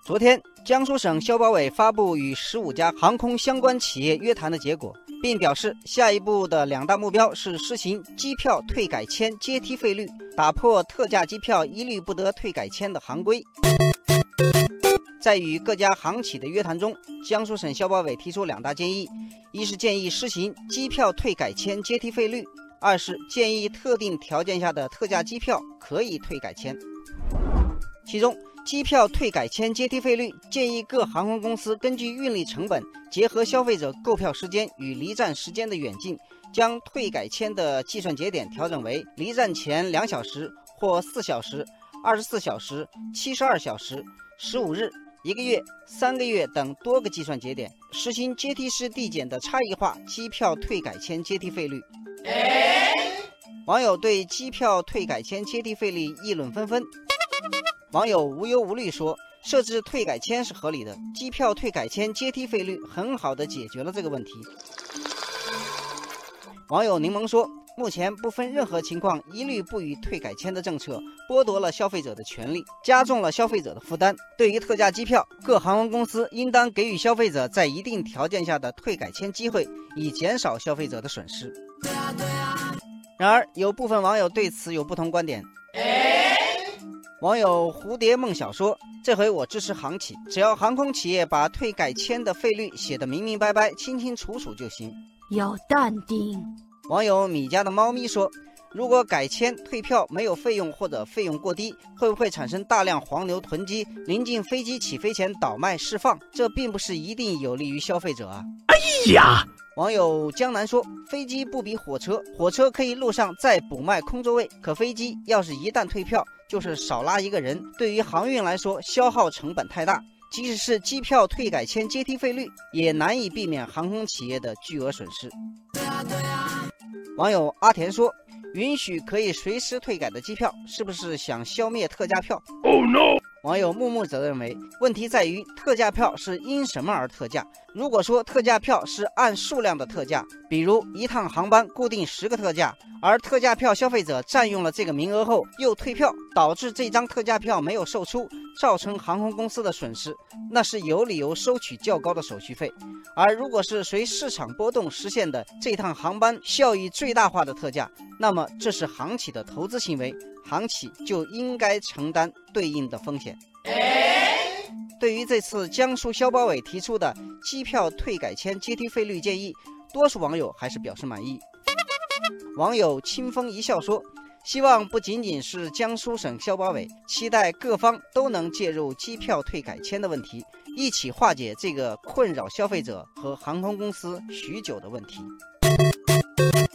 昨天，江苏省消保委发布与15家航空相关企业约谈的结果，并表示下一步的2大目标是实行机票退改签阶梯费率，打破特价机票一律不得退改签的行规。在与各家航企的约谈中，江苏省消保委提出2大建议：一是建议实行机票退改签阶梯费率；二是建议特定条件下的特价机票可以退改签。其中，机票退改签阶梯费率建议各航空公司根据运力成本，结合消费者购票时间与离站时间的远近，将退改签的计算节点调整为离站前2小时或4小时、24小时、72小时、15日、1个月、3个月等多个计算节点，实行阶梯式递减的差异化机票退改签阶梯费率。网友对机票退改签阶梯费率议论纷纷。网友无忧无虑说，设置退改签是合理的，机票退改签阶梯费率很好地解决了这个问题。网友柠檬说，目前不分任何情况一律不予退改签的政策剥夺了消费者的权利，加重了消费者的负担。对于特价机票，各航空公司应当给予消费者在一定条件下的退改签机会，以减少消费者的损失。然而，有部分网友对此有不同观点。网友蝴蝶梦晓说，这回我支持航企，只要航空企业把退改签的费率写得明明白白、清清楚楚就行。 要淡定。 网友米家的猫咪说，如果改签退票没有费用或者费用过低，会不会产生大量黄牛囤积，临近飞机起飞前倒卖释放？这并不是一定有利于消费者啊。 哎呀！ 网友江南说，飞机不比火车，火车可以路上再补卖空座位，可飞机要是一旦退票，就是少拉一个人，对于航运来说消耗成本太大，即使是机票退改签阶梯费率，也难以避免航空企业的巨额损失。网友阿田说，允许可以随时退改的机票，是不是想消灭特价票？ Oh no！ 网友木木则认为，问题在于特价票是因什么而特价。如果说特价票是按数量的特价，比如一趟航班固定10个特价，而特价票消费者占用了这个名额后又退票，导致这张特价票没有售出，造成航空公司的损失，那是有理由收取较高的手续费。而如果是随市场波动实现的这趟航班效益最大化的特价，那么这是航企的投资行为，航企就应该承担对应的风险。对于这次江苏消保委提出的机票退改签阶梯费率建议，多数网友还是表示满意。网友清风一笑说，希望不仅仅是江苏省消保委，期待各方都能介入机票退改签的问题，一起化解这个困扰消费者和航空公司许久的问题。